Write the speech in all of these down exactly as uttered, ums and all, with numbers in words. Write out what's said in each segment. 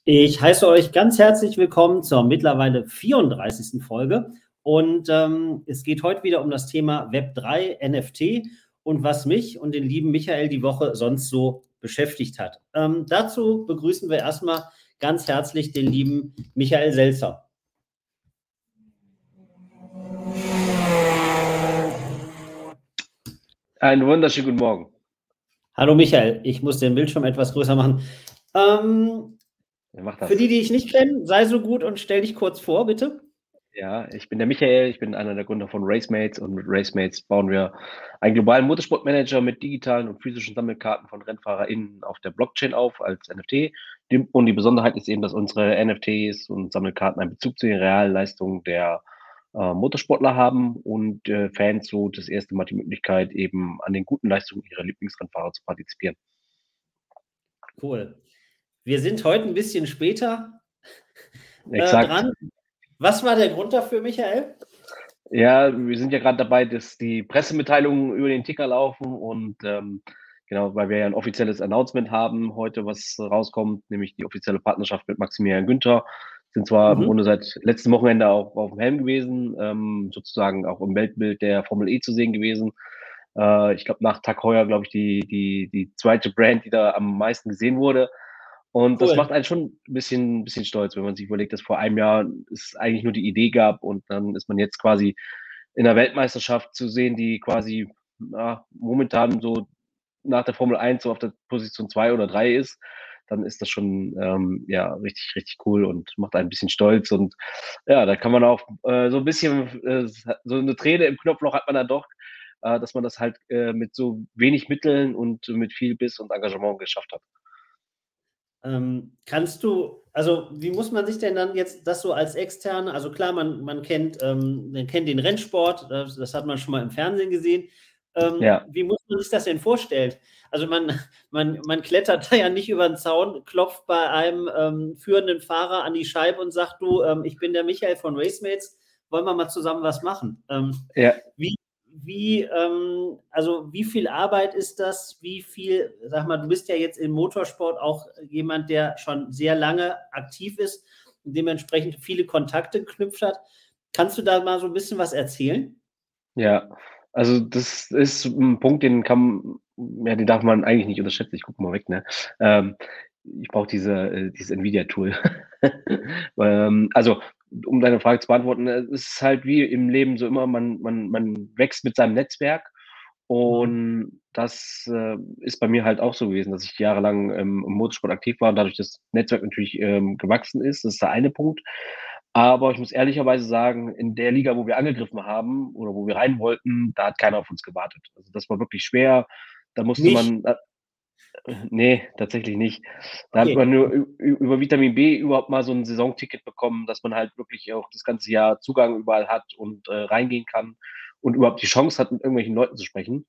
Ich heiße euch ganz herzlich willkommen zur mittlerweile vierunddreißigsten Folge und ähm, es geht heute wieder um das Thema Web drei, N F T und was mich und den lieben Michael die Woche sonst so beschäftigt hat. Ähm, dazu begrüßen wir erstmal ganz herzlich den lieben Michael Selzer. Einen wunderschönen guten Morgen. Hallo Michael, ich muss den Bildschirm etwas größer machen. Ähm, Für die, die ich nicht kenne, sei so gut und stell dich kurz vor, bitte. Ja, ich bin der Michael, ich bin einer der Gründer von Racemates und mit Racemates bauen wir einen globalen Motorsportmanager mit digitalen und physischen Sammelkarten von RennfahrerInnen auf der Blockchain auf als N F T. Und die Besonderheit ist eben, dass unsere N F Ts und Sammelkarten einen Bezug zu den realen Leistungen der äh, Motorsportler haben und äh, Fans so das erste Mal die Möglichkeit, eben an den guten Leistungen ihrer Lieblingsrennfahrer zu partizipieren. Cool. Wir sind heute ein bisschen später äh, Exakt. dran. Was war der Grund dafür, Michael? Ja, wir sind ja gerade dabei, dass die Pressemitteilungen über den Ticker laufen und ähm, genau, weil wir ja ein offizielles Announcement haben heute, was rauskommt, nämlich die offizielle Partnerschaft mit Maximilian Günther. Sind zwar Mhm. im Grunde seit letztem Wochenende auch auf dem Helm gewesen, ähm, sozusagen auch im Weltbild der Formel E zu sehen gewesen. Äh, ich glaube, nach Tag Heuer, glaube ich, die, die, die zweite Brand, die da am meisten gesehen wurde. Und das Cool. macht einen schon ein bisschen, bisschen stolz, wenn man sich überlegt, dass vor einem Jahr es eigentlich nur die Idee gab und dann ist man jetzt quasi in der Weltmeisterschaft zu sehen, die quasi na, momentan so nach der Formel eins so auf der Position zwei oder drei ist, dann ist das schon ähm, ja richtig, richtig cool und macht einen ein bisschen stolz. Und ja, da kann man auch äh, so ein bisschen, äh, so eine Träne im Knopfloch hat man dann doch, äh, dass man das halt äh, mit so wenig Mitteln und mit viel Biss und Engagement geschafft hat. Ähm, kannst du, also wie muss man sich denn dann jetzt das so als Externe, also klar, man, man, kennt, ähm, man kennt den Rennsport, das, das hat man schon mal im Fernsehen gesehen. Ähm, Ja. Wie muss man sich das denn vorstellen? Also man, man, man klettert da ja nicht über den Zaun, klopft bei einem ähm, führenden Fahrer an die Scheibe und sagt, du, ähm, ich bin der Michael von Racemates, wollen wir mal zusammen was machen? Ähm, Ja. Wie wie, ähm, also wie viel Arbeit ist das? Wie viel, sag mal, du bist ja jetzt im Motorsport auch jemand, der schon sehr lange aktiv ist und dementsprechend viele Kontakte geknüpft hat. Kannst du da mal so ein bisschen was erzählen? Ja, also das ist ein Punkt, den kann ja, den darf man eigentlich nicht unterschätzen. Ich gucke mal weg, ne? Ähm, ich brauche diese äh, dieses Nvidia-Tool. Ähm, also, um deine Frage zu beantworten, äh, es ist halt wie im Leben so immer, man man man wächst mit seinem Netzwerk Mhm. und das, äh, ist bei mir halt auch so gewesen, dass ich jahrelang, ähm, im Motorsport aktiv war und dadurch das Netzwerk natürlich, ähm, gewachsen ist. Das ist der eine Punkt. Aber ich muss ehrlicherweise sagen, in der Liga, wo wir angegriffen haben oder wo wir rein wollten, da hat keiner auf uns gewartet. Also, das war wirklich schwer. Da musste Nicht? man, äh ne, tatsächlich nicht. Da hat Okay. man nur ü ü über Vitamin B überhaupt mal so 'n Saisonticket bekommen, dass man halt wirklich auch das ganze Jahr Zugang überall hat und, äh, reingehen kann und überhaupt die Chance hat, mit irgendwelchen Leuten zu sprechen.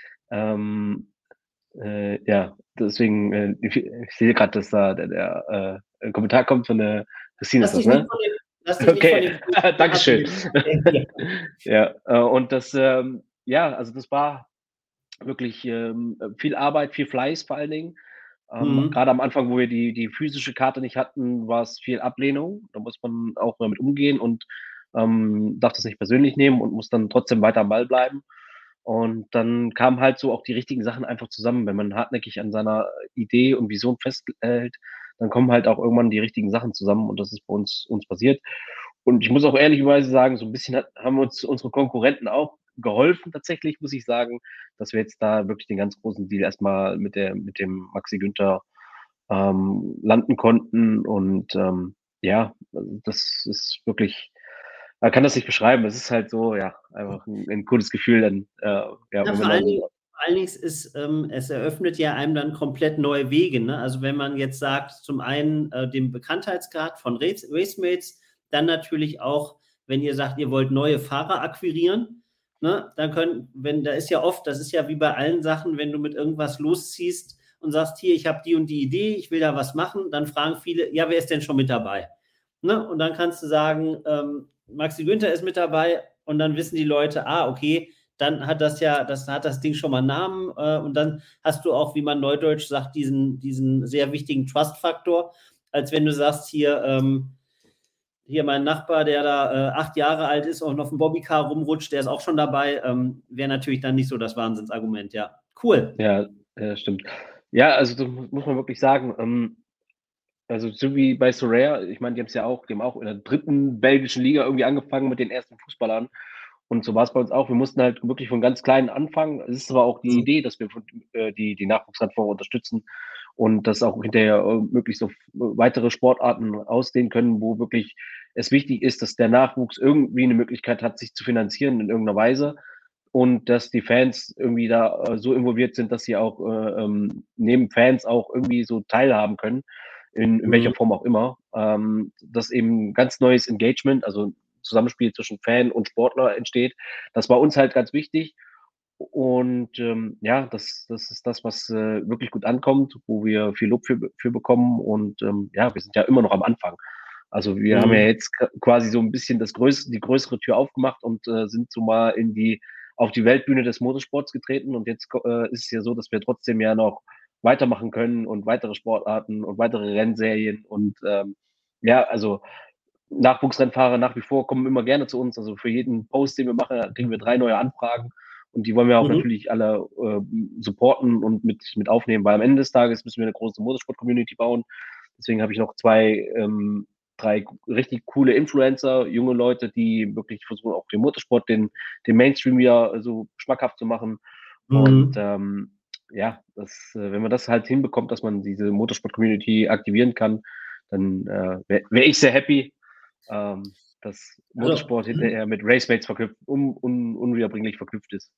Ähm, äh, ja, deswegen, äh, ich ich sehe grad, dass da der der, äh, 'n Kommentar kommt von der Christine ist Lass das, dich nicht ne? von dem, lass dich nicht von Okay, dem Dankeschön. ablenken. Ja, äh, und das, ähm ja, also das war wirklich, ähm, viel Arbeit, viel Fleiß vor allen Dingen. Ähm, Mhm. grade am Anfang, wo wir die die physische Karte nicht hatten, war's viel Ablehnung. Da muss man auch damit umgehen und, ähm, darf das nicht persönlich nehmen und muss dann trotzdem weiter am Ball bleiben. Und dann kamen halt so auch die richtigen Sachen einfach zusammen. Wenn man hartnäckig an seiner Idee und Vision festhält, dann kommen halt auch irgendwann die richtigen Sachen zusammen und das ist bei uns uns passiert. Und ich muss auch ehrlicherweise sagen, so 'n bisschen hat haben uns unsere Konkurrenten auch geholfen tatsächlich, muss ich sagen, dass wir jetzt da wirklich den ganz großen Deal erst mal mit der mit dem Maxi Günther, ähm, landen konnten und, ähm, ja, also das ist wirklich, man kann das nicht beschreiben. Es ist halt so, ja, einfach 'n 'n cooles Gefühl dann, äh, ja, Ja, wenn man vor allen dann Dingen vor allen Dingen ist, ähm, es eröffnet ja einem dann komplett neue Wege, ne? Also, wenn man jetzt sagt, zum einen, äh, den Bekanntheitsgrad von Race Racemates, dann natürlich auch, wenn ihr sagt, ihr wollt neue Fahrer akquirieren, ne? Dann können wenn da ist ja oft, das ist ja wie bei allen Sachen, wenn du mit irgendwas losziehst und sagst: „Hier, ich habe die und die Idee, ich will da was machen“, dann fragen viele: „Ja, wer ist denn schon mit dabei?“ Ne? Und dann kannst du sagen, ähm, Maxi Günther ist mit dabei und dann wissen die Leute: „Ah, okay, dann hat das ja, das hat das Ding schon mal einen Namen, äh, und dann hast du auch, wie man neudeutsch sagt, diesen, diesen sehr wichtigen Trust-Faktor. als wenn du sagst, hier, ähm, hier mein Nachbar, der da äh, acht Jahre alt ist und auf dem Bobbycar rumrutscht, der ist auch schon dabei, ähm, wäre natürlich dann nicht so das Wahnsinnsargument, ja. Cool. Ja, ja, stimmt. Ja, also das muss man wirklich sagen, ähm, also so wie bei Sorare, ich meine, die haben es ja auch, die haben auch in der dritten belgischen Liga irgendwie angefangen mit den ersten Fußballern. Und so war es bei uns auch. Wir mussten halt wirklich von ganz kleinen anfangen. Es ist aber auch die Mhm. Idee, dass wir äh, die, die Nachwuchsradfahrer unterstützen und das auch hinterher äh, möglichst auf weitere Sportarten ausdehnen können, wo wirklich es wichtig ist, dass der Nachwuchs irgendwie eine Möglichkeit hat, sich zu finanzieren in irgendeiner Weise und dass die Fans irgendwie da äh, so involviert sind, dass sie auch äh, ähm, neben Fans auch irgendwie so teilhaben können, in, in welcher Mhm. Form auch immer. Ähm, dass eben ganz neues Engagement, also Zusammenspiel zwischen Fan und Sportler entsteht. Das war uns halt ganz wichtig. Und ähm, ja, das, das ist das, was äh, wirklich gut ankommt, wo wir viel Lob für, für bekommen. Und ähm, ja, wir sind ja immer noch am Anfang. Also wir haben ja Mhm. jetzt quasi so ein bisschen das größte, die größere Tür aufgemacht und äh, sind so mal in die, auf die Weltbühne des Motorsports getreten. Und jetzt äh, ist es ja so, dass wir trotzdem ja noch weitermachen können und weitere Sportarten und weitere Rennserien. Und ähm, ja, also Nachwuchsrennfahrer nach wie vor kommen immer gerne zu uns. Also für jeden Post, den wir machen, kriegen wir drei neue Anfragen. Und die wollen wir auch Mhm. natürlich alle äh, supporten und mit, mit aufnehmen, weil am Ende des Tages müssen wir eine große Motorsport-Community bauen. Deswegen habe ich noch zwei, ähm, drei richtig coole Influencer, junge Leute, die wirklich versuchen, auch den Motorsport, den, den Mainstream wieder so schmackhaft zu machen. Und Mhm. ähm, ja, das, äh, wenn man das halt hinbekommt, dass man diese Motorsport-Community aktivieren kann, dann äh, wäre wär ich sehr happy, ähm, dass Also, Motorsport hinterher mit Racemates verknüpft, un, un, unwiederbringlich verknüpft ist.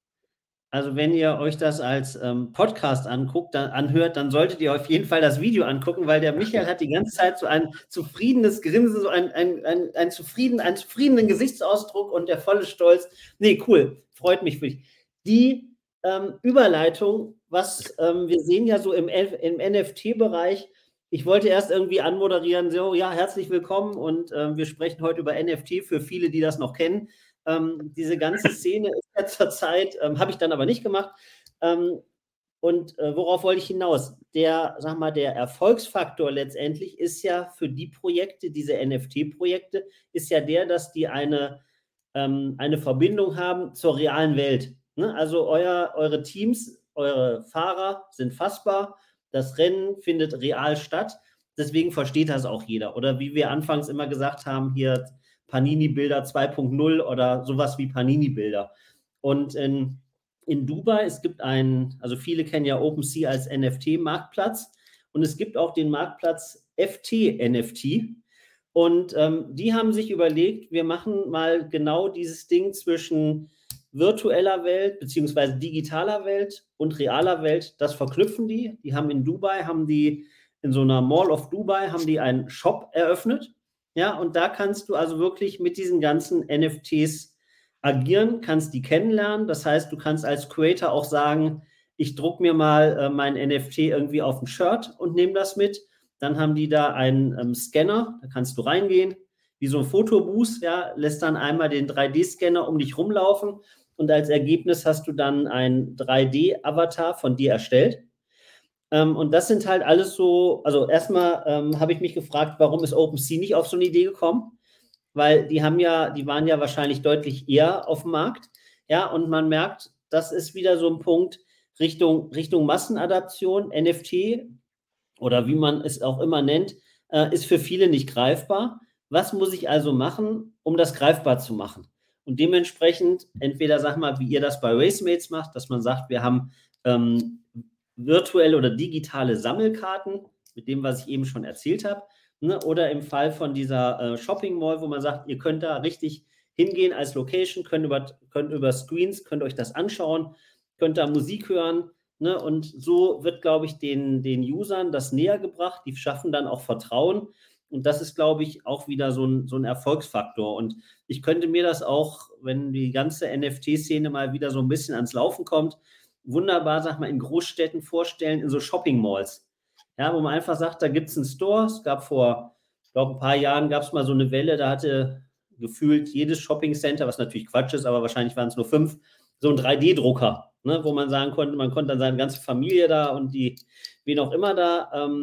Also wenn ihr euch das als ähm, Podcast anguckt, dann, anhört, dann solltet ihr auf jeden Fall das Video angucken, weil der Michael hat die ganze Zeit so ein zufriedenes Grinsen, so ein, ein, ein, ein zufrieden, einen zufriedenen Gesichtsausdruck und der volle Stolz. Nee, cool, freut mich für dich. Die ähm, Überleitung, was ähm, wir sehen ja so im, im N F T-Bereich, ich wollte erst irgendwie anmoderieren, so, ja, herzlich willkommen und ähm, wir sprechen heute über N F T für viele, die das noch kennen. Ähm, diese ganze Szene ist ja zurzeit, ähm, habe ich dann aber nicht gemacht. Ähm, und äh, worauf wollte ich hinaus? Der, sag mal, der Erfolgsfaktor letztendlich ist ja für die Projekte, diese N F T-Projekte, ist ja der, dass die eine, ähm, eine Verbindung haben zur realen Welt. Ne? Also euer, eure Teams, eure Fahrer sind fassbar, das Rennen findet real statt, deswegen versteht das auch jeder. Oder wie wir anfangs immer gesagt haben, hier Panini-Bilder zwei Punkt null oder sowas wie Panini-Bilder. Und in, in Dubai, es gibt einen, also viele kennen ja OpenSea als N F T-Marktplatz und es gibt auch den Marktplatz F T N F T. Und ähm, die haben sich überlegt, wir machen mal genau dieses Ding zwischen virtueller Welt beziehungsweise digitaler Welt und realer Welt, das verknüpfen die. Die haben in Dubai, haben die in so einer Mall of Dubai, haben die einen Shop eröffnet. Ja, und da kannst du also wirklich mit diesen ganzen N F Ts agieren, kannst die kennenlernen. Das heißt, du kannst als Creator auch sagen, ich druck mir mal äh, mein N F T irgendwie auf ein Shirt und nehme das mit. Dann haben die da einen ähm, Scanner, da kannst du reingehen, wie so ein Fotobooth, ja, lässt dann einmal den drei D-Scanner um dich rumlaufen und als Ergebnis hast du dann einen drei D-Avatar von dir erstellt. Ähm, und das sind halt alles so, also erstmal ähm, habe ich mich gefragt, warum ist OpenSea nicht auf so eine Idee gekommen? Weil die haben ja, die waren ja wahrscheinlich deutlich eher auf dem Markt. Ja, und man merkt, das ist wieder so ein Punkt Richtung, Richtung Massenadaption, N F T oder wie man es auch immer nennt, äh, ist für viele nicht greifbar. Was muss ich also machen, um das greifbar zu machen? Und dementsprechend, entweder sag mal, wie ihr das bei Racemates macht, dass man sagt, wir haben ähm, virtuelle oder digitale Sammelkarten, mit dem, was ich eben schon erzählt habe, ne? Oder im Fall von dieser äh, Shopping Mall, wo man sagt, ihr könnt da richtig hingehen als Location, könnt über, könnt über Screens, könnt euch das anschauen, könnt da Musik hören, ne? Und so wird, glaube ich, den, den Usern das näher gebracht, die schaffen dann auch Vertrauen und das ist, glaube ich, auch wieder so ein, so ein Erfolgsfaktor und ich könnte mir das auch, wenn die ganze N F T-Szene mal wieder so ein bisschen ans Laufen kommt, wunderbar, sag mal, in Großstädten vorstellen, in so Shopping-Malls. Ja, wo man einfach sagt, da gibt es einen Store. Es gab vor, ich glaube, ein paar Jahren gab es mal so eine Welle, da hatte gefühlt jedes Shopping-Center, was natürlich Quatsch ist, aber wahrscheinlich waren es nur fünf, so einen drei D-Drucker, ne, wo man sagen konnte, man konnte dann seine ganze Familie da und die, wen auch immer da ähm,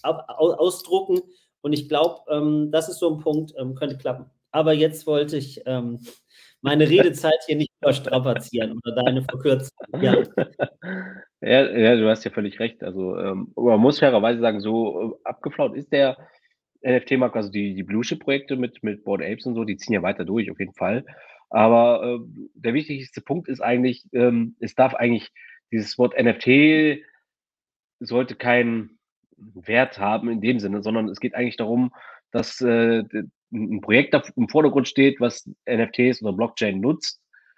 ausdrucken. Und ich glaube, ähm, das ist so ein Punkt, ähm, könnte klappen. Aber jetzt wollte ich ähm, meine Redezeit hier nicht überstrapazieren oder deine verkürzen. Ja. Ja, ja, du hast ja völlig recht. Also, ähm, man muss fairerweise sagen, so äh, abgeflaut ist der N F T-Markt, also die, die Blue-Chip-Projekte mit, mit Bored Apes und so, die ziehen ja weiter durch, auf jeden Fall. Aber äh, der wichtigste Punkt ist eigentlich, ähm, es darf eigentlich, dieses Wort N F T sollte keinen Wert haben in dem Sinne, sondern es geht eigentlich darum, dass äh, ein Projekt im Vordergrund steht, was N F Ts oder Blockchain nutzt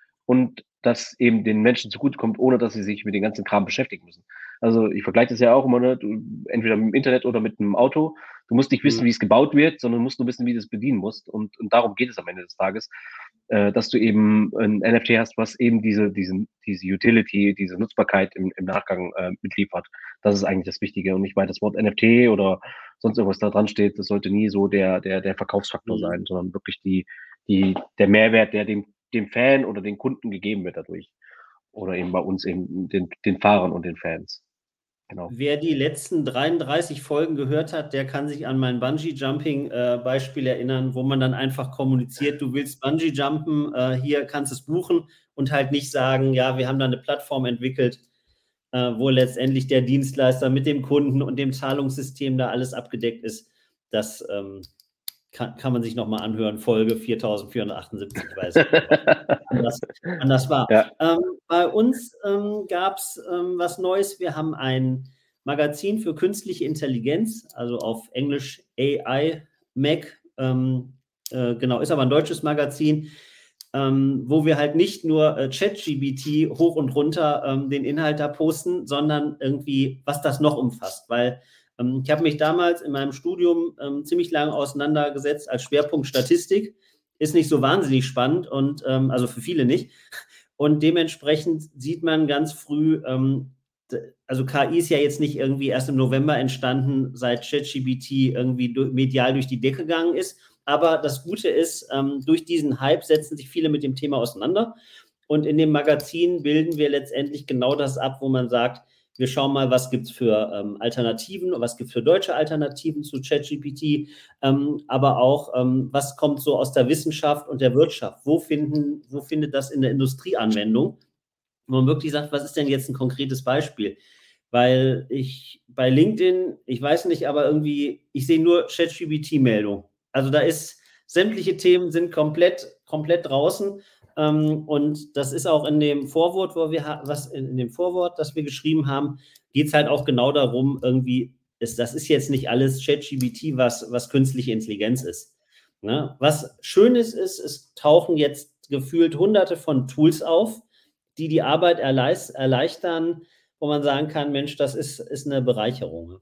und das eben den Menschen zugutekommt, ohne dass sie sich mit dem ganzen Kram beschäftigen müssen. Also ich vergleiche das ja auch immer, ne? Du, entweder mit dem Internet oder mit einem Auto. Du musst nicht wissen, Mhm. wie es gebaut wird, sondern musst nur wissen, wie du es bedienen musst. Und, und darum geht es am Ende des Tages, äh, dass du eben ein N F T hast, was eben diese, diese, diese Utility, diese Nutzbarkeit im, im Nachgang äh, mitliefert. Das ist eigentlich das Wichtige. Und nicht, weil das Wort N F T oder sonst irgendwas da dran steht, das sollte nie so der, der, der Verkaufsfaktor Mhm. sein, sondern wirklich die, die, der Mehrwert, der dem, dem Fan oder den Kunden gegeben wird dadurch. Oder eben bei uns eben den, den Fahrern und den Fans. Genau. Wer die letzten dreiunddreißig Folgen gehört hat, der kann sich an mein Bungee-Jumping-Beispiel erinnern, wo man dann einfach kommuniziert, du willst Bungee-Jumpen, äh, hier kannst du es buchen und halt nicht sagen, ja, wir haben da eine Plattform entwickelt, äh, wo letztendlich der Dienstleister mit dem Kunden und dem Zahlungssystem da alles abgedeckt ist. Das ähm, kann, kann man sich nochmal anhören, Folge viertausendvierhundertachtundsiebzig, ich weiß nicht, anders, anders war. Ja. Ähm, bei uns ähm, gab es ähm, was Neues. Wir haben ein Magazin für künstliche Intelligenz, also auf Englisch A I Mac, ähm, äh, genau, ist aber ein deutsches Magazin, ähm, wo wir halt nicht nur äh, ChatGPT hoch und runter ähm, den Inhalt da posten, sondern irgendwie, was das noch umfasst, weil ähm, ich habe mich damals in meinem Studium ähm, ziemlich lange auseinandergesetzt als Schwerpunkt Statistik, ist nicht so wahnsinnig spannend und ähm, also für viele nicht. Und dementsprechend sieht man ganz früh, ähm, also K I ist ja jetzt nicht irgendwie erst im November entstanden, seit ChatGPT irgendwie medial durch die Decke gegangen ist. Aber das Gute ist, ähm, durch diesen Hype setzen sich viele mit dem Thema auseinander. Und in dem Magazin bilden wir letztendlich genau das ab, wo man sagt, wir schauen mal, was gibt es für ähm, Alternativen, was gibt es für deutsche Alternativen zu ChatGPT, ähm, aber auch, ähm, was kommt so aus der Wissenschaft und der Wirtschaft? Wo, finden, wo findet das in der Industrie Anwendung? Wo man wirklich sagt, was ist denn jetzt ein konkretes Beispiel? Weil ich bei LinkedIn, ich weiß nicht, aber irgendwie, ich sehe nur ChatGPT-Meldung. Also da ist, sämtliche Themen sind komplett, komplett draußen. Ähm, und das ist auch in dem Vorwort, wo wir was in, in dem Vorwort, das wir geschrieben haben, geht es halt auch genau darum, irgendwie, ist, das ist jetzt nicht alles ChatGPT, was, was künstliche Intelligenz ist. Ne? Was Schönes ist, es tauchen jetzt gefühlt hunderte von Tools auf, die die Arbeit erleichtern, wo man sagen kann, Mensch, das ist, ist eine Bereicherung.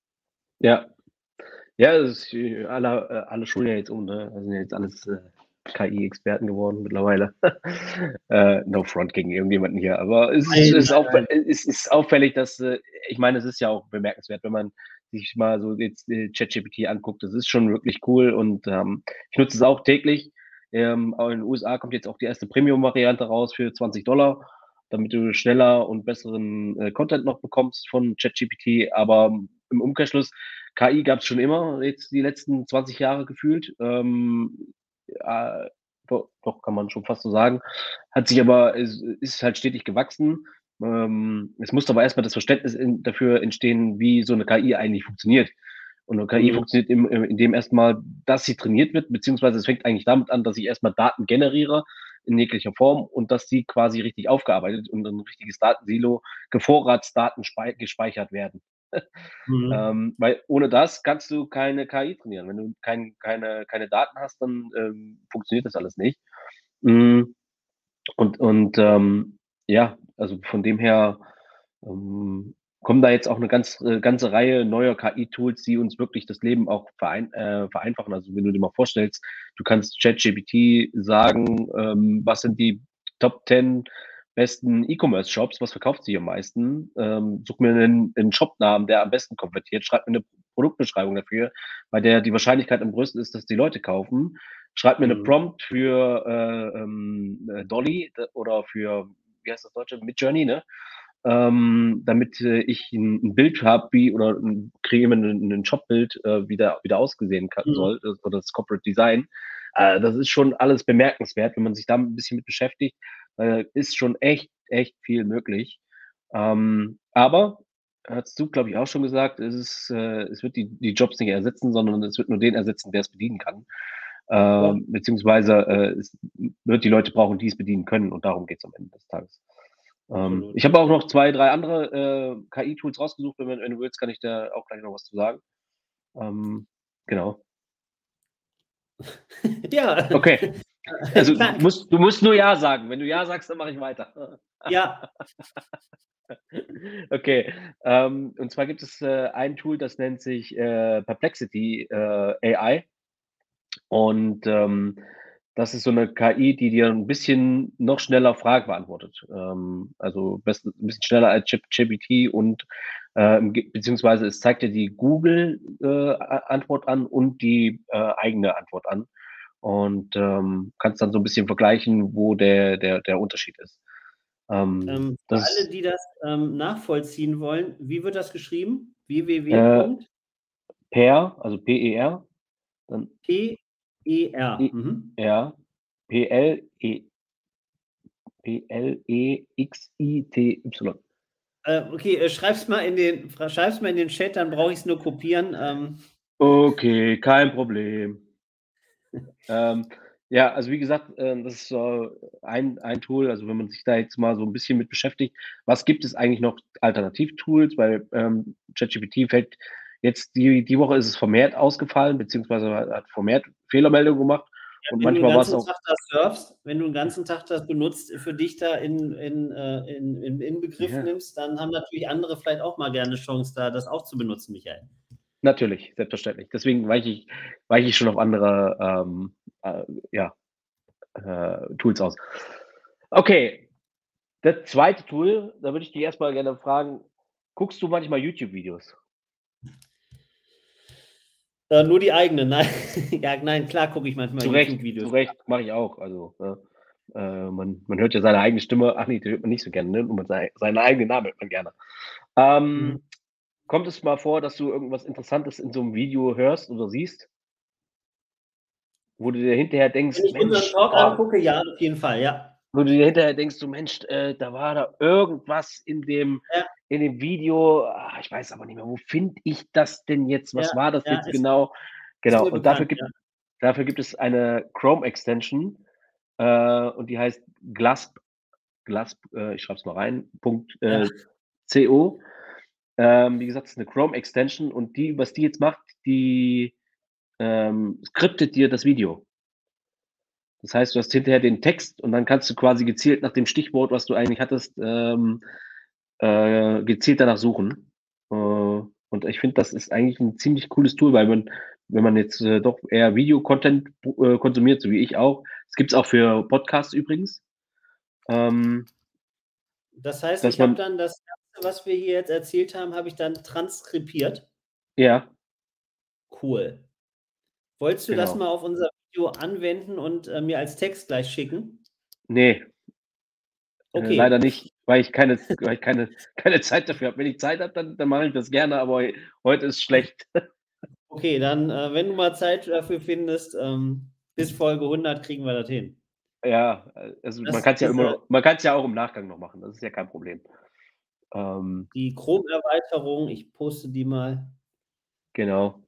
Ja. Ja, das ist, alle, äh, alle schulen ja jetzt um, ne? Das sind ja jetzt alles äh, K I-Experten geworden mittlerweile. äh, no front gegen irgendjemanden hier, aber es ist, Nein, ist, nein, auff nein. es ist auffällig, dass, äh, ich meine, es ist ja auch bemerkenswert, wenn man sich mal so jetzt äh, ChatGPT anguckt. Das ist schon wirklich cool und ähm, ich nutze es auch täglich. Ähm, auch in den U S A kommt jetzt auch die erste Premium-Variante raus für zwanzig Dollar, damit du schneller und besseren äh, Content noch bekommst von ChatGPT. Aber im Umkehrschluss, K I gab es schon immer, jetzt die letzten zwanzig Jahre gefühlt. Ähm, ja, doch, doch, kann man schon fast so sagen. Hat sich aber, es ist halt stetig gewachsen. Ähm, es muss aber erstmal das Verständnis in, dafür entstehen, wie so eine K I eigentlich funktioniert. Und eine K I Mhm. funktioniert im, indem erstmal, dass sie trainiert wird, beziehungsweise es fängt eigentlich damit an, dass ich erstmal Daten generiere in jeglicher Form und dass die quasi richtig aufgearbeitet und ein richtiges Datensilo, Gevorratsdaten gespeichert werden. Mhm. ähm, weil ohne das kannst du keine K I trainieren. Wenn du kein, keine, keine Daten hast, dann ähm, funktioniert das alles nicht. Mm, Und, und ähm, ja, also von dem her ähm, kommen da jetzt auch eine ganz, äh, ganze Reihe neuer K I-Tools, die uns wirklich das Leben auch verein, äh, vereinfachen. Also wenn du dir mal vorstellst, du kannst ChatGPT sagen, ähm, was sind die Top zehn besten E-Commerce-Shops, was verkauft sich am meisten? Ähm, such mir einen, einen Shop-Namen, der am besten konvertiert, schreib mir eine Produktbeschreibung dafür, bei der die Wahrscheinlichkeit am größten ist, dass die Leute kaufen. Schreib mir eine Mhm. Prompt für äh, ähm, Dolly oder für, wie heißt das Deutsche, Midjourney, ne? ähm, damit äh, ich ein, ein Bild habe, wie oder ein, kriege ein, ein Shopbild, äh, wie der wieder ausgesehen kann, Mhm. soll, das, oder das Corporate Design. Äh, das ist schon alles bemerkenswert, wenn man sich da ein bisschen mit beschäftigt. Äh, ist schon echt, echt viel möglich. Ähm, aber hast du, glaube ich, auch schon gesagt, es, ist, äh, es wird die, die Jobs nicht ersetzen, sondern es wird nur den ersetzen, der es bedienen kann. Ja. Ähm, beziehungsweise äh, es wird die Leute brauchen, die es bedienen können, und darum geht es am Ende des Tages. Ähm, Absolut. ich habe auch noch zwei, drei andere äh, K I-Tools rausgesucht. Wenn, wenn du willst, kann ich da auch gleich noch was zu sagen. Ähm, genau. Ja, Okay. Also du klar. musst, du musst nur Ja sagen. Wenn du Ja sagst, dann mache ich weiter. Ja. Okay. Ähm, und zwar gibt es äh, ein Tool, das nennt sich äh, Perplexity äh, A I. Und ähm, das ist so eine K I, die dir ein bisschen noch schneller Fragen beantwortet. Ähm, also best, ein bisschen schneller als ChatGPT und äh, beziehungsweise es zeigt dir die Google-Antwort äh, an und die äh, eigene Antwort an. Und ähm, kannst dann so ein bisschen vergleichen, wo der, der, der Unterschied ist. Ähm, Ähm, für alle, das die das ähm, nachvollziehen wollen, wie wird das geschrieben? äh, www. Per, also P E R, dann P E R. E, Mhm. ja, P L E, P L E X I T Y. Äh, okay, äh, schreib's mal in den, schreib's mal in den Chat, dann brauche ich es nur kopieren. Ähm, Okay, kein Problem. Ähm, ja, also wie gesagt, äh, das ist äh, ein, ein Tool, also wenn man sich da jetzt mal so ein bisschen mit beschäftigt, was gibt es eigentlich noch Alternativ-Tools, weil ähm, ChatGPT fällt jetzt, die, die Woche ist es vermehrt ausgefallen, beziehungsweise hat vermehrt Fehlermeldungen gemacht ja, und wenn du den manchmal war es ganzen auch, Tag das surfst, wenn du den ganzen Tag das benutzt, für dich da in, in, äh, in, in, in Begriff ja, nimmst, dann haben natürlich andere vielleicht auch mal gerne Chance, da das auch zu benutzen, Michael. natürlich, selbstverständlich. Deswegen weiche ich, weiche ich schon auf andere ähm, äh, ja, äh, Tools aus. Okay, das zweite Tool, da würde ich dich erstmal gerne fragen, guckst du manchmal YouTube-Videos? Äh, nur die eigene, nein. Ja, nein, klar gucke ich manchmal Zu Recht, zu YouTube-Videos. Recht, mache ich auch. Also, ne? äh, man, man hört ja seine eigene Stimme, ach nee, die hört man nicht so gerne, ne? Und seine, seinen eigenen Namen hört man gerne. Mhm. Ähm, kommt es mal vor, dass du irgendwas Interessantes in so einem Video hörst oder siehst, wo du dir hinterher Wenn denkst, ich unseren Mensch, Talk oh, angucke, ja, auf jeden Fall, ja. wo du dir hinterher denkst, so Mensch, äh, da war da irgendwas in dem, Ja, in dem Video, ah, ich weiß aber nicht mehr, wo finde ich das denn jetzt? ja, Was war das ja, jetzt ist, genau? ist Genau, mir und dafür bekannt, gibt, ja. dafür gibt es eine Chrome-Extension, äh, und die heißt Glasp, Glasp, äh, ich schreibe es mal rein, Punkt, Ja, äh, .co. Ähm, wie gesagt, das ist eine Chrome-Extension und die, was die jetzt macht, die ähm, skriptet dir das Video. Das heißt, du hast hinterher den Text und dann kannst du quasi gezielt nach dem Stichwort, was du eigentlich hattest, ähm, äh, gezielt danach suchen. Äh, und ich finde, das ist eigentlich ein ziemlich cooles Tool, weil man, wenn man jetzt äh, doch eher Video-Content äh, konsumiert, so wie ich auch, es gibt es auch für Podcasts übrigens, ähm, das heißt, dass ich habe man, dann das Ganze, was wir hier jetzt erzählt haben, habe ich dann transkribiert. ja, Cool. Wolltest du das genau. mal auf unser Video anwenden und äh, mir als Text gleich schicken? Nee, äh, leider Okay, nicht, weil ich keine, weil ich keine, keine Zeit dafür habe. Wenn ich Zeit habe, dann, dann mache ich das gerne, aber heute ist schlecht. okay, dann, äh, wenn du mal Zeit dafür findest, ähm, bis Folge hundert kriegen wir das hin. Ja, also man Das kann es ja ist immer äh, noch, man kann es ja auch im Nachgang noch machen, das ist ja kein Problem. Ähm, die Chrome-Erweiterung. Ich poste die mal. genau.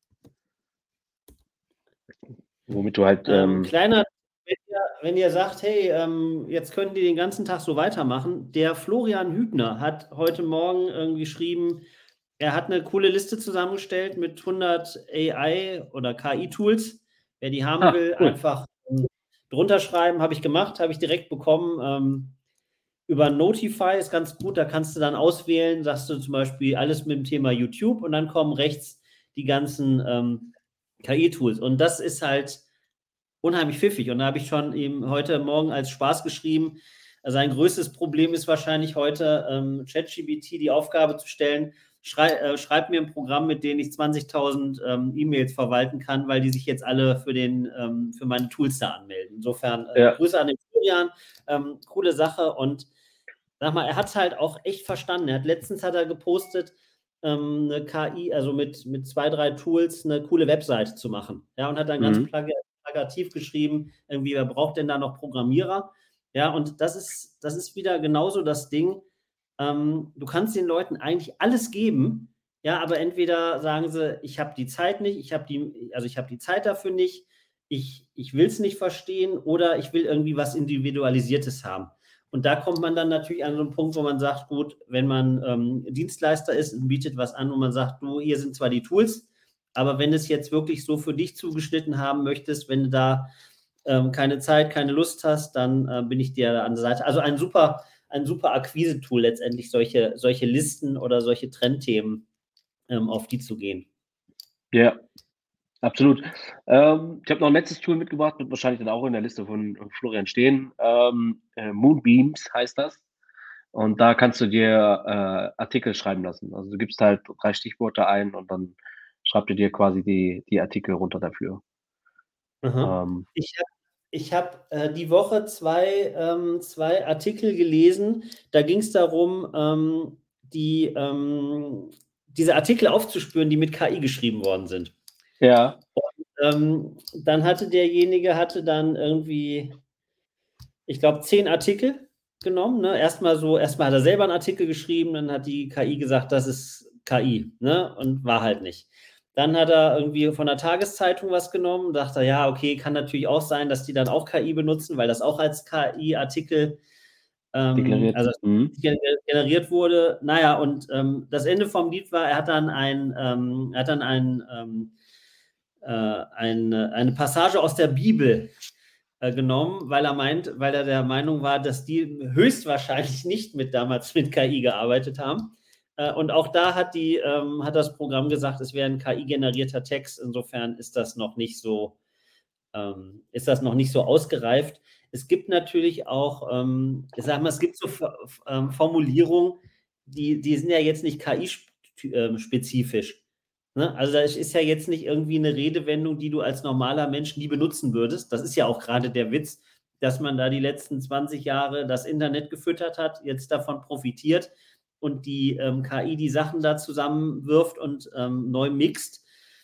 Womit du halt, Ähm, ähm, kleiner, wenn ihr, wenn ihr sagt, hey, ähm, jetzt könnt ihr den ganzen Tag so weitermachen. Der Florian Hübner hat heute Morgen irgendwie geschrieben, er hat eine coole Liste zusammengestellt mit hundert A I- oder K I-Tools. Wer die haben ah, will, cool. einfach ähm, drunter schreiben. Habe ich gemacht, habe ich direkt bekommen. Ähm, über Notify ist ganz gut, da kannst du dann auswählen, sagst du zum Beispiel alles mit dem Thema YouTube und dann kommen rechts die ganzen ähm, K I-Tools. Und das ist halt unheimlich pfiffig. Und da habe ich schon eben heute Morgen als Spaß geschrieben, sein größtes Problem ist wahrscheinlich heute, ähm, ChatGPT die Aufgabe zu stellen, schrei, äh, schreib mir ein Programm, mit dem ich zwanzigtausend ähm, E-Mails verwalten kann, weil die sich jetzt alle für, den, ähm, für meine Tools da anmelden. Insofern äh, Ja, Grüße an den Florian, ähm, coole Sache. Und sag mal, er hat es halt auch echt verstanden. Er hat letztens hat er gepostet, ähm, eine K I, also mit, mit zwei, drei Tools eine coole Webseite zu machen. Ja, und hat dann ganz Mhm. plagi- plakativ geschrieben, irgendwie, wer braucht denn da noch Programmierer? Ja, und das ist, das ist wieder genauso das Ding. Ähm, du kannst den Leuten eigentlich alles geben, ja, aber entweder sagen sie, ich habe die Zeit nicht, ich habe die, also ich habe die Zeit dafür nicht, ich, ich will es nicht verstehen oder ich will irgendwie was Individualisiertes haben. Und da kommt man dann natürlich an so einen Punkt, wo man sagt, gut, wenn man ähm, Dienstleister ist und bietet was an, wo man sagt, du, hier sind zwar die Tools, aber wenn du es jetzt wirklich so für dich zugeschnitten haben möchtest, wenn du da ähm, keine Zeit, keine Lust hast, dann äh, bin ich dir an der Seite. Also ein super, ein super Akquise-Tool letztendlich, solche, solche Listen oder solche Trendthemen ähm, auf die zu gehen. Ja, absolut. Ähm, ich habe noch ein letztes Tool mitgebracht, wird wahrscheinlich dann auch in der Liste von äh, Florian stehen. Ähm, äh, Moonbeams heißt das. Und da kannst du dir äh, Artikel schreiben lassen. Also du gibst halt drei Stichworte ein und dann schreibt er dir quasi die, die Artikel runter dafür. Aha. Ähm, Ich habe ich hab, äh, die Woche zwei, ähm, zwei Artikel gelesen. Da ging es darum, ähm, die, ähm, diese Artikel aufzuspüren, die mit K I geschrieben worden sind. ja, Ähm, dann hatte derjenige, hatte dann irgendwie, ich glaube, zehn Artikel genommen. Ne? Erstmal so, erstmal hat er selber einen Artikel geschrieben, dann hat die K I gesagt, das ist K I, ne? Und war halt nicht. Dann hat er irgendwie von der Tageszeitung was genommen, dachte, ja, okay, kann natürlich auch sein, dass die dann auch K I benutzen, weil das auch als K I-Artikel ähm, deklariert. also Mhm. generiert wurde. Naja, und ähm, das Ende vom Lied war, er hat dann ein, ähm, er hat dann ein, ähm, äh, eine, eine Passage aus der Bibel äh, genommen, weil er meint, weil er der Meinung war, dass die höchstwahrscheinlich nicht mit damals mit K I gearbeitet haben. Äh, und auch da hat die, ähm, hat das Programm gesagt, es wäre ein K I-generierter Text. Insofern ist das noch nicht so, ähm, ist das noch nicht so ausgereift. Es gibt natürlich auch, ähm, ich sag mal, es gibt so ähm, Formulierungen, die, die sind ja jetzt nicht K I-spezifisch. Ne? Also da ist ja jetzt nicht irgendwie eine Redewendung, die du als normaler Mensch nie benutzen würdest. Das ist ja auch gerade der Witz, dass man da die letzten zwanzig Jahre das Internet gefüttert hat, jetzt davon profitiert und die ähm, K I die Sachen da zusammenwirft und ähm, neu mixt.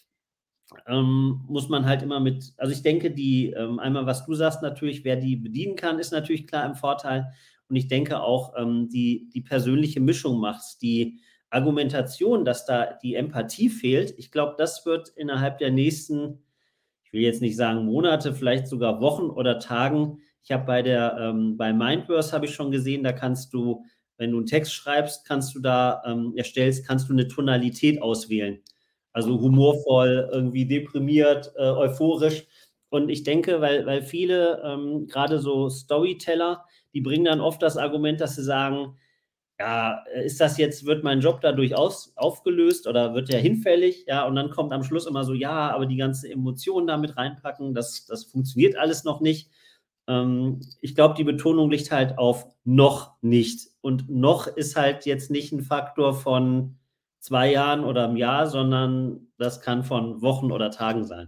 Ähm, muss man halt immer mit, also ich denke, die, ähm, einmal was du sagst natürlich, wer die bedienen kann, ist natürlich klar im Vorteil. Und ich denke auch, ähm, die, die persönliche Mischung macht die Argumentation, dass da die Empathie fehlt. Ich glaube, das wird innerhalb der nächsten, ich will jetzt nicht sagen Monate, vielleicht sogar Wochen oder Tagen. Ich habe bei der, ähm, bei Mindverse habe ich schon gesehen, da kannst du, wenn du einen Text schreibst, kannst du da ähm, erstellst, kannst du eine Tonalität auswählen. Also humorvoll, irgendwie deprimiert, äh, euphorisch. Und ich denke, weil, weil viele, ähm, gerade so Storyteller, die bringen dann oft das Argument, dass sie sagen, ja, ist das jetzt, wird mein Job dadurch aus, aufgelöst oder wird der hinfällig? Ja, und dann kommt am Schluss immer so, ja, aber die ganzen Emotionen damit reinpacken, das, das funktioniert alles noch nicht. Ähm, ich glaube, die Betonung liegt halt auf noch nicht. Und noch ist halt jetzt nicht ein Faktor von zwei Jahren oder einem Jahr, sondern das kann von Wochen oder Tagen sein.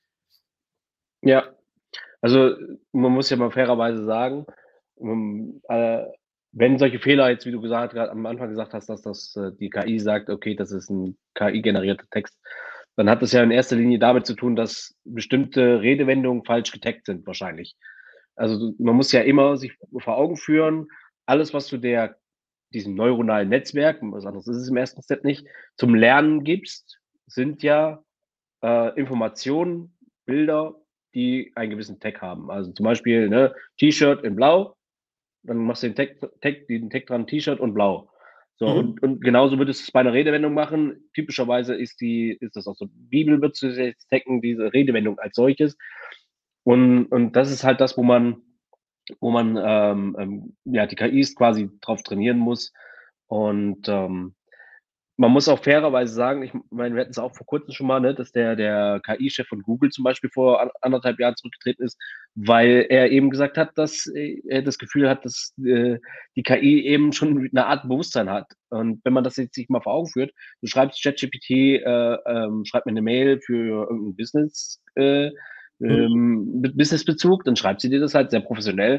Ja, also man muss ja mal fairerweise sagen, ähm, äh, wenn solche Fehler jetzt, wie du gesagt gerade am Anfang gesagt hast, dass das äh, die K I sagt, okay, das ist ein K I-generierter Text, dann hat das ja in erster Linie damit zu tun, dass bestimmte Redewendungen falsch getaggt sind, wahrscheinlich. Also man muss ja immer sich vor Augen führen, alles, was du der diesem neuronalen Netzwerk, was anderes ist es im ersten Step nicht, zum Lernen gibst, sind ja äh, Informationen, Bilder, die einen gewissen Tag haben. Also zum Beispiel ne, T-Shirt in Blau, dann machst du den Tag, Tag, den Tag dran, T-Shirt und Blau. So, und, Mhm. und genauso würdest du es bei einer Redewendung machen. Typischerweise ist die, ist das auch so, Bibel würdest du jetzt taggen, diese Redewendung als solches. Und, und das ist halt das, wo man, wo man ähm, ähm, ja, die K Is quasi drauf trainieren muss. Und ähm, man muss auch fairerweise sagen, ich meine, wir hatten es auch vor kurzem schon mal, ne, dass der, der K I-Chef von Google zum Beispiel vor an, anderthalb Jahren zurückgetreten ist, weil er eben gesagt hat, dass er das Gefühl hat, dass äh, die K I eben schon eine Art Bewusstsein hat. Und wenn man das jetzt sich mal vor Augen führt, du schreibst ChatGPT, äh, ähm, schreib mir eine Mail für irgendeinen Business, äh, Mhm. ähm, Businessbezug, dann schreibt sie dir das halt sehr professionell.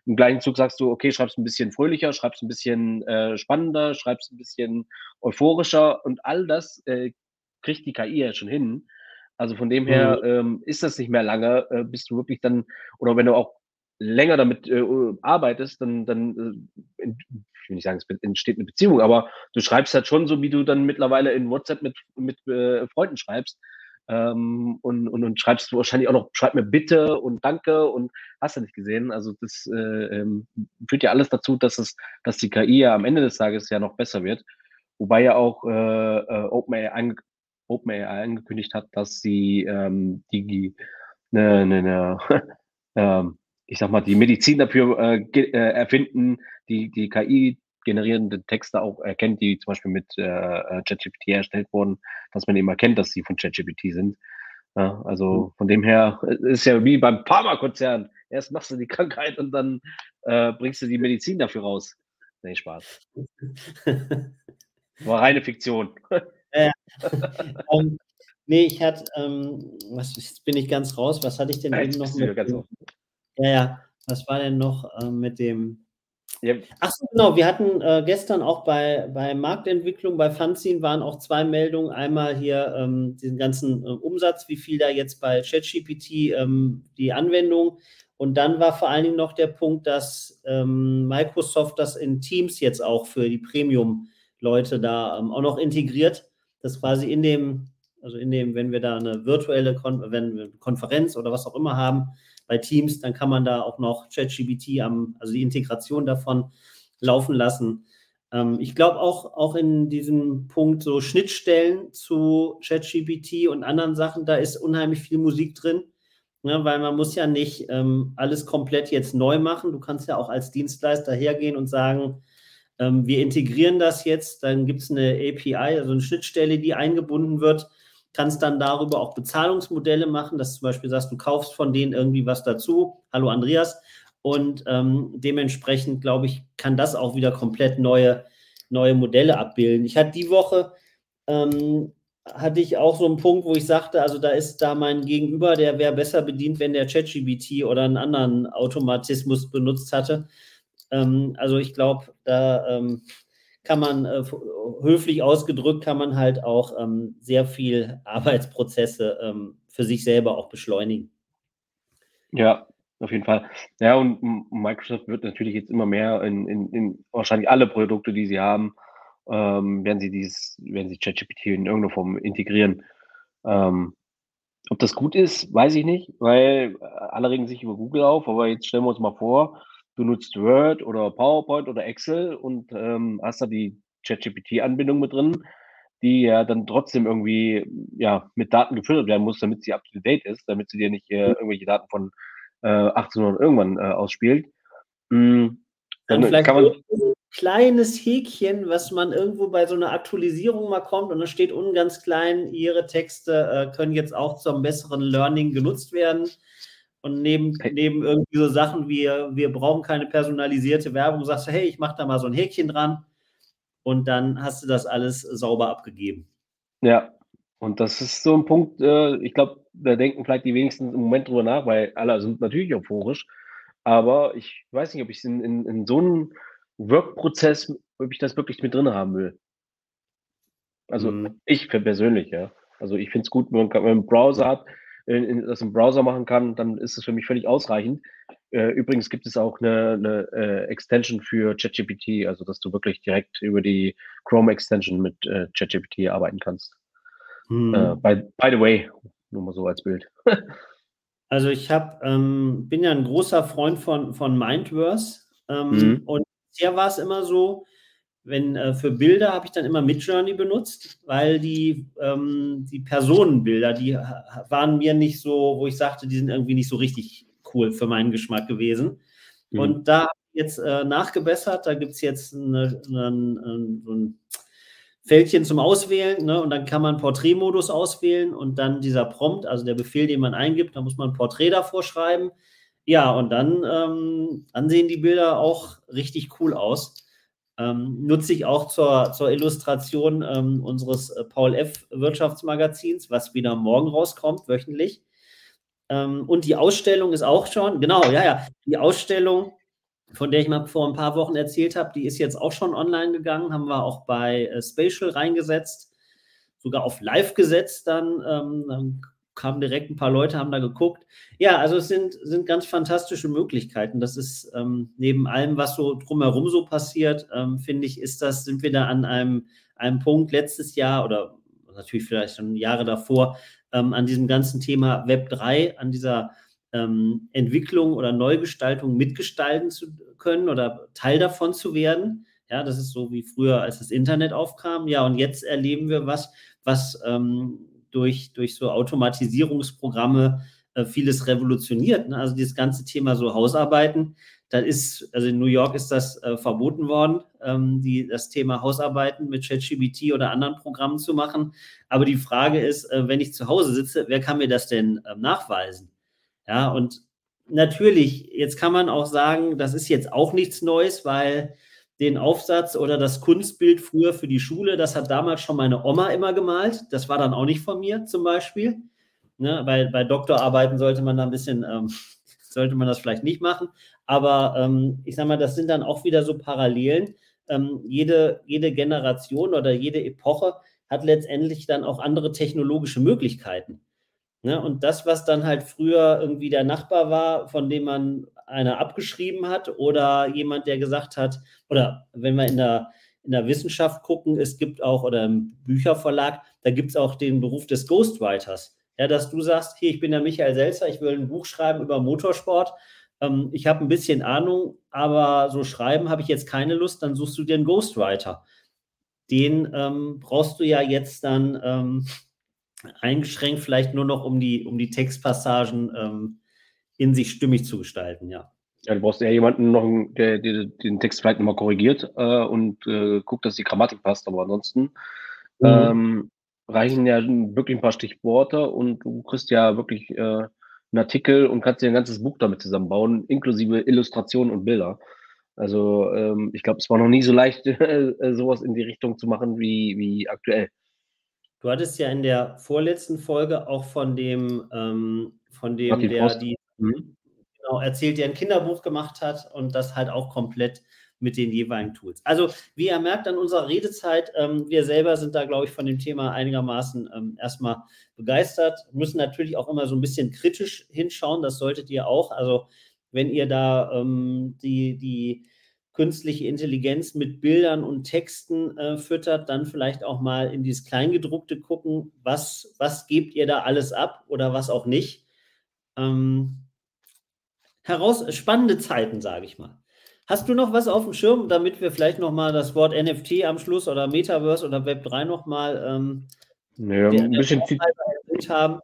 im gleichen Zug sagst du, okay, schreib's ein bisschen fröhlicher, schreib's ein bisschen äh, spannender, schreib's ein bisschen euphorischer und all das äh, kriegt die K I ja schon hin. Also von dem Mhm. her ähm, ist das nicht mehr lange, äh, bis du wirklich dann, oder wenn du auch länger damit äh, arbeitest, dann, dann äh, in, ich will nicht sagen, es entsteht eine Beziehung, aber du schreibst halt schon so, wie du dann mittlerweile in WhatsApp mit, mit äh, Freunden schreibst. Ähm, und, und, und schreibst du wahrscheinlich auch noch, schreib mir bitte und danke und hast du nicht gesehen. Also das äh, ähm, führt ja alles dazu, dass es, dass die K I ja am Ende des Tages ja noch besser wird. Wobei ja auch äh, äh, OpenAI, ange OpenAI angekündigt hat, dass sie ähm, die eine, eine, eine ähm, ich sag mal, die Medizin dafür äh, ge- äh, erfinden, die die K I generierende Texte auch erkennt, die zum Beispiel mit äh, äh, ChatGPT erstellt wurden, dass man eben erkennt, dass sie von ChatGPT sind. Ja, also von dem her äh, ist ja wie beim Pharmakonzern. Erst machst du die Krankheit und dann äh, bringst du die Medizin dafür raus. Nee, Spaß. War reine Fiktion. Ja, ähm, ne, ich hatte, ähm, was jetzt bin ich ganz raus. Was hatte ich denn eben Jetzt noch bist du mit wieder ganz dem auf. ja, ja, was war denn noch, ähm, mit dem Ja, ach so, genau, wir hatten, äh, gestern auch bei bei Marktentwicklung, bei Fanzine waren auch zwei Meldungen. Einmal hier, ähm, diesen ganzen, äh, Umsatz, wie viel da jetzt bei ChatGPT, ähm, die Anwendung und dann war vor allen Dingen noch der Punkt, dass, ähm, Microsoft das in Teams jetzt auch für die Premium-Leute da, ähm, auch noch integriert, dass quasi in dem also in dem wenn wir da 'ne virtuelle Kon wenn wir 'ne Konferenz oder was auch immer haben bei Teams, dann kann man da auch noch ChatGPT am also die Integration davon laufen lassen. Ähm, ich glaube auch auch in diesem Punkt so Schnittstellen zu ChatGPT und anderen Sachen, da ist unheimlich viel Musik drin, ne, weil man muss ja nicht, ähm, alles komplett jetzt neu machen. Du kannst ja auch als Dienstleister hergehen und sagen, ähm, wir integrieren das jetzt, dann gibt's 'ne A P I, also 'ne Schnittstelle, die eingebunden wird, kannst dann darüber auch Bezahlungsmodelle machen, dass du zum Beispiel sagst, du kaufst von denen irgendwie was dazu. Hallo Andreas. Und ähm, dementsprechend, glaube ich, kann das auch wieder komplett neue, neue Modelle abbilden. Ich hatte die Woche, ähm, hatte ich auch so einen Punkt, wo ich sagte, also da ist da mein Gegenüber, der wäre besser bedient, wenn der ChatGPT oder einen anderen Automatismus benutzt hatte. Ähm, also ich glaube, da ähm, kann man, äh, höflich ausgedrückt, kann man halt auch ähm, sehr viel Arbeitsprozesse ähm, für sich selber auch beschleunigen. ja, auf jeden Fall. Ja, und M Microsoft wird natürlich jetzt immer mehr in in in wahrscheinlich alle Produkte, die sie haben, ähm, werden sie dieses werden sie ChatGPT in irgendeiner Form integrieren. Ähm, ob das gut ist, weiß ich nicht, weil äh, alle regen sich über Google auf, aber jetzt stellen wir uns mal vor, du nutzt Word oder PowerPoint oder Excel und ähm, hast da die ChatGPT-Anbindung mit drin, die ja dann trotzdem irgendwie ja mit Daten gefüttert werden muss, damit sie up to date ist, damit sie dir nicht äh, irgendwelche Daten von äh, achtzehnhundert irgendwann äh, ausspielt. Mm, Ähm, dann vielleicht kann man, ein kleines Häkchen, was man irgendwo bei so einer Aktualisierung mal kommt und da steht unten ganz klein, Ihre Texte äh, können jetzt auch zum besseren Learning genutzt werden. Und neben, neben irgendwie so Sachen wie, wir brauchen keine personalisierte Werbung, sagst du, hey, ich mache da mal so ein Häkchen dran und dann hast du das alles sauber abgegeben. ja, und das ist so ein Punkt, äh, ich glaube, da denken vielleicht die wenigsten im Moment drüber nach, weil alle sind natürlich euphorisch, aber ich weiß nicht, ob ich's in in in so 'n Workprozess, ob ich das wirklich mit drin haben will. Also, Mhm. ich für persönlich, ja. Also, ich finde es gut, wenn man wenn man 'n Browser hat, in in das im Browser machen kann, dann ist es für mich völlig ausreichend. Äh, übrigens gibt es auch 'ne 'ne, äh, Extension für ChatGPT, also, dass du wirklich direkt über die Chrome Extension mit, äh, ChatGPT arbeiten kannst. Äh, Mhm. by by the way, nur mal so als Bild. Also ich habe, ähm, bin ja ein großer Freund von, von Mindverse. Ähm, Mhm. und bisher war es immer so, wenn äh, für Bilder habe ich dann immer Midjourney benutzt, weil die, ähm, die Personenbilder, die ha- waren mir nicht so, wo ich sagte, die sind irgendwie nicht so richtig cool für meinen Geschmack gewesen. Mhm. Und da habe ich jetzt äh, nachgebessert, da gibt es jetzt eine, eine, so ein Fältchen zum Auswählen, ne? Und dann kann man Porträtmodus auswählen und dann dieser Prompt, also der Befehl, den man eingibt, da muss man ein Porträt davor schreiben. Ja, und dann, ähm, dann sehen die Bilder auch richtig cool aus. Ähm, nutze ich auch zur, zur Illustration ähm, unseres äh, Paul F. Wirtschaftsmagazins, was wieder morgen rauskommt, wöchentlich. Ähm, und die Ausstellung ist auch schon, genau, ja, ja, die Ausstellung von der ich mal vor ein paar Wochen erzählt habe, die ist jetzt auch schon online gegangen, haben wir auch bei äh, Spatial reingesetzt, sogar auf Live gesetzt dann, ähm, dann kamen direkt ein paar Leute, haben da geguckt. Ja, also es sind, sind ganz fantastische Möglichkeiten. Das ist ähm, neben allem, was so drumherum so passiert, ähm, finde ich, ist das, sind wir da an einem, einem Punkt letztes Jahr oder natürlich vielleicht schon Jahre davor, ähm, an diesem ganzen Thema Web drei, an dieser ähm, Entwicklung oder Neugestaltung mitgestalten zu können oder Teil davon zu werden. Ja, das ist so wie früher, als das Internet aufkam. Ja, und jetzt erleben wir was, was ähm, durch, durch so Automatisierungsprogramme äh, vieles revolutioniert. Ne? Also dieses ganze Thema so Hausarbeiten, da ist, also in New York ist das äh, verboten worden, ähm, die, das Thema Hausarbeiten mit ChatGPT oder anderen Programmen zu machen. Aber die Frage ist, äh, wenn ich zu Hause sitze, wer kann mir das denn äh, nachweisen? Ja, und natürlich, jetzt kann man auch sagen, das ist jetzt auch nichts Neues, weil den Aufsatz oder das Kunstbild früher für die Schule, das hat damals schon meine Oma immer gemalt. Das war dann auch nicht von mir zum Beispiel. Ne, bei, bei Doktorarbeiten sollte man da ein bisschen, ähm, sollte man das vielleicht nicht machen. Aber ähm, ich sage mal, das sind dann auch wieder so Parallelen. Ähm, jede, jede Generation oder jede Epoche hat letztendlich dann auch andere technologische Möglichkeiten. Ne? Und das, was dann halt früher irgendwie der Nachbar war, von dem man einer abgeschrieben hat oder jemand, der gesagt hat, oder wenn wir in der, in der Wissenschaft gucken, es gibt auch, oder im Bücherverlag, da gibt es auch den Beruf des Ghostwriters. Ja, dass du sagst, hier, ich bin der Michael Selzer, ich will ein Buch schreiben über Motorsport. Ähm, ich habe ein bisschen Ahnung, aber so schreiben habe ich jetzt keine Lust, dann suchst du dir einen Ghostwriter. Den ähm, brauchst du ja jetzt dann ähm, eingeschränkt vielleicht nur noch, um die, um die Textpassagen ähm, in sich stimmig zu gestalten, ja. Ja, du brauchst eher jemanden noch, der, der den Text vielleicht nochmal korrigiert äh, und äh, guckt, dass die Grammatik passt. Aber ansonsten Mhm. ähm, reichen ja wirklich ein paar Stichworte und du kriegst ja wirklich äh, einen Artikel und kannst dir ein ganzes Buch damit zusammenbauen, inklusive Illustrationen und Bilder. Also ähm, ich glaube, es war noch nie so leicht, äh, sowas in die Richtung zu machen wie, wie aktuell. Du hattest ja in der vorletzten Folge auch von dem, ähm, von dem, Martin der Frost. die Mhm. genau erzählt, der ein Kinderbuch gemacht hat und das halt auch komplett mit den jeweiligen Tools. Also, wie ihr merkt an unserer Redezeit, ähm, wir selber sind da, glaube ich, von dem Thema einigermaßen ähm, erstmal begeistert, müssen natürlich auch immer so ein bisschen kritisch hinschauen, das solltet ihr auch. Also, wenn ihr da ähm, die, die künstliche Intelligenz mit Bildern und Texten äh, füttert, dann vielleicht auch mal in dieses Kleingedruckte gucken, was, was gebt ihr da alles ab oder was auch nicht. Ähm, heraus spannende Zeiten, sage ich mal. Hast du noch was auf dem Schirm, damit wir vielleicht noch mal das Wort N F T am Schluss oder Metaverse oder Web drei noch mal ähm, Ja, der, ein der bisschen Form erwähnt haben?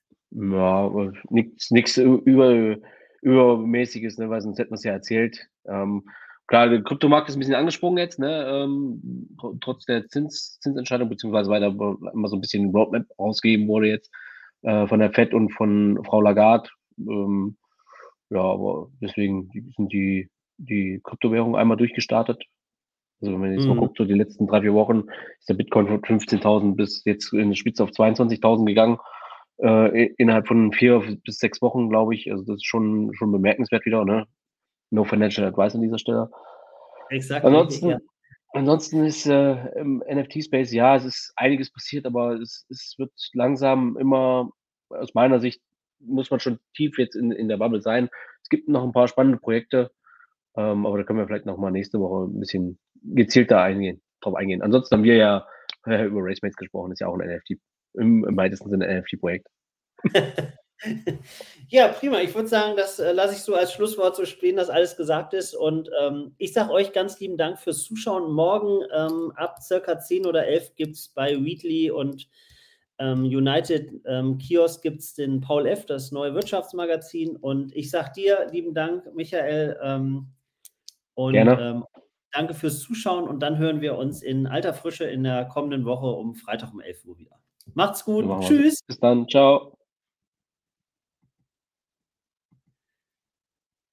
Ja, nichts nichts über Übermäßiges, ne, weil sonst hätten wir's ja erzählt. Ähm, klar, der Kryptomarkt ist ein bisschen angesprungen jetzt, ne, ähm, tr trotz der Zins Zinsentscheidung, beziehungsweise weil da immer so ein bisschen Roadmap rausgegeben wurde jetzt äh, von der Fed und von Frau Lagarde. Ähm, ja, aber deswegen sind die, die Kryptowährungen einmal durchgestartet. Also wenn man jetzt mal Mhm. guckt, so die letzten drei, vier Wochen ist der Bitcoin von fünfzehntausend bis jetzt in der Spitze auf zweiundzwanzigtausend gegangen äh, innerhalb von vier bis sechs Wochen, glaube ich. Also das ist schon, schon bemerkenswert wieder, ne? No financial advice an dieser Stelle. Exakt richtig, ja. Ansonsten, ansonsten ist äh, im N F T-Space, ja, es ist einiges passiert, aber es, es wird langsam immer, aus meiner Sicht, muss man schon tief jetzt in, in der Bubble sein. Es gibt noch ein paar spannende Projekte, ähm, aber da können wir vielleicht noch mal nächste Woche ein bisschen gezielter eingehen, drauf eingehen. Ansonsten haben wir ja äh, über Racemates gesprochen, ist ja auch ein N F T, im, im weitesten Sinne ein N F T-Projekt. Ja, prima. Ich würde sagen, das äh, lasse ich so als Schlusswort so stehen, dass alles gesagt ist. Und ähm, ich sage euch ganz lieben Dank fürs Zuschauen. Morgen ähm, ab circa zehn oder elf gibt es bei Weekly und ähm, United ähm, Kiosk gibt es den Paul F., das neue Wirtschaftsmagazin. Und ich sage dir lieben Dank, Michael. Ähm, und Gerne. ähm, danke fürs Zuschauen. Und dann hören wir uns in alter Frische in der kommenden Woche um Freitag um elf Uhr wieder. Macht's So gut. machen wir's. Tschüss. Bis dann. Ciao.